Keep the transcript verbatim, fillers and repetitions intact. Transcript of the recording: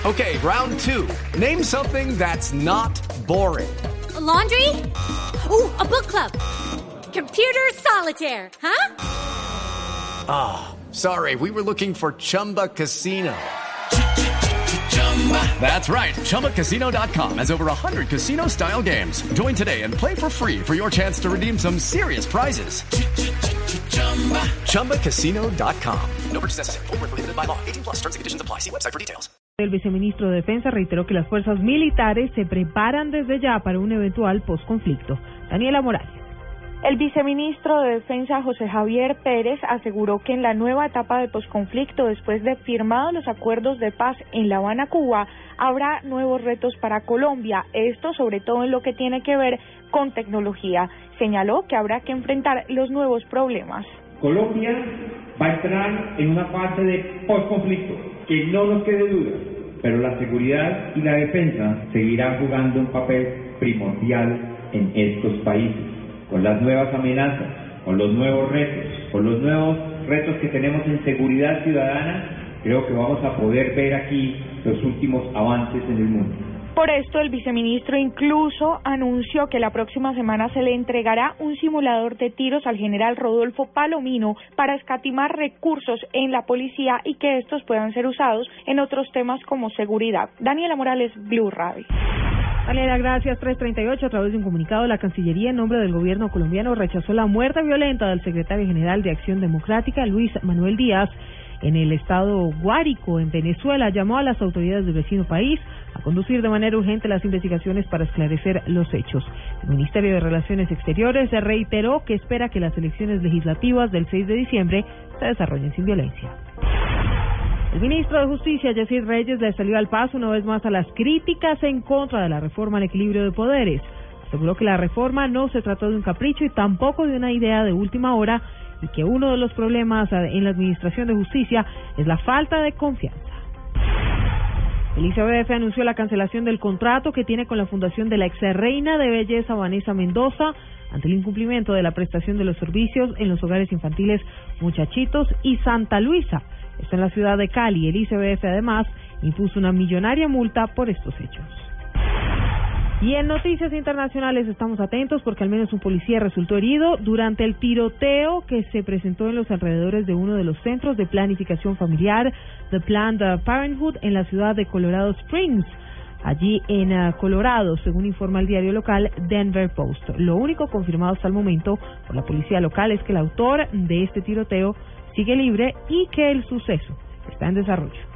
Okay, round two. Name something that's not boring. A laundry? Ooh, a book club. Computer solitaire, huh? Ah, oh, sorry, we were looking for Chumba Casino. That's right, Chumba Casino dot com has over one hundred casino-style games. Join today and play for free for your chance to redeem some serious prizes. Chumba Casino dot com. No purchase necessary. Void where prohibited by law. eighteen plus terms and conditions apply. See website for details. El viceministro de Defensa reiteró que las fuerzas militares se preparan desde ya para un eventual posconflicto. Daniela Morales. El viceministro de Defensa, José Javier Pérez, aseguró que en la nueva etapa de posconflicto, después de firmados los acuerdos de paz en La Habana, Cuba, habrá nuevos retos para Colombia, esto sobre todo en lo que tiene que ver con tecnología. Señaló que habrá que enfrentar los nuevos problemas. Colombia va a entrar en una fase de posconflicto, que no nos quede duda, pero la seguridad y la defensa seguirán jugando un papel primordial en estos países. Con las nuevas amenazas, con los nuevos retos, con los nuevos retos que tenemos en seguridad ciudadana, creo que vamos a poder ver aquí los últimos avances en el mundo. Por esto, el viceministro incluso anunció que la próxima semana se le entregará un simulador de tiros al general Rodolfo Palomino para escatimar recursos en la policía y que estos puedan ser usados en otros temas como seguridad. Daniela Morales, Blue Radio. Daniela, gracias. tres treinta y ocho, a través de un comunicado, la Cancillería, en nombre del gobierno colombiano, rechazó la muerte violenta del secretario general de Acción Democrática, Luis Manuel Díaz, en el estado Guárico, en Venezuela. Llamó a las autoridades del vecino país a conducir de manera urgente las investigaciones para esclarecer los hechos. El Ministerio de Relaciones Exteriores reiteró que espera que las elecciones legislativas del seis de diciembre se desarrollen sin violencia. El ministro de Justicia, Yesid Reyes, le salió al paso una vez más a las críticas en contra de la reforma al equilibrio de poderes. Aseguró que la reforma no se trató de un capricho y tampoco de una idea de última hora, y que uno de los problemas en la administración de justicia es la falta de confianza. El I C B F anunció la cancelación del contrato que tiene con la fundación de la ex reina de belleza Vanessa Mendoza ante el incumplimiento de la prestación de los servicios en los hogares infantiles Muchachitos y Santa Luisa. Esto en la ciudad de Cali. El I C B F además impuso una millonaria multa por estos hechos. Y en noticias internacionales estamos atentos porque al menos un policía resultó herido durante el tiroteo que se presentó en los alrededores de uno de los centros de planificación familiar de Planned Parenthood en la ciudad de Colorado Springs, allí en uh, Colorado, según informa el diario local Denver Post. Lo único confirmado hasta el momento por la policía local es que el autor de este tiroteo sigue libre y que el suceso está en desarrollo.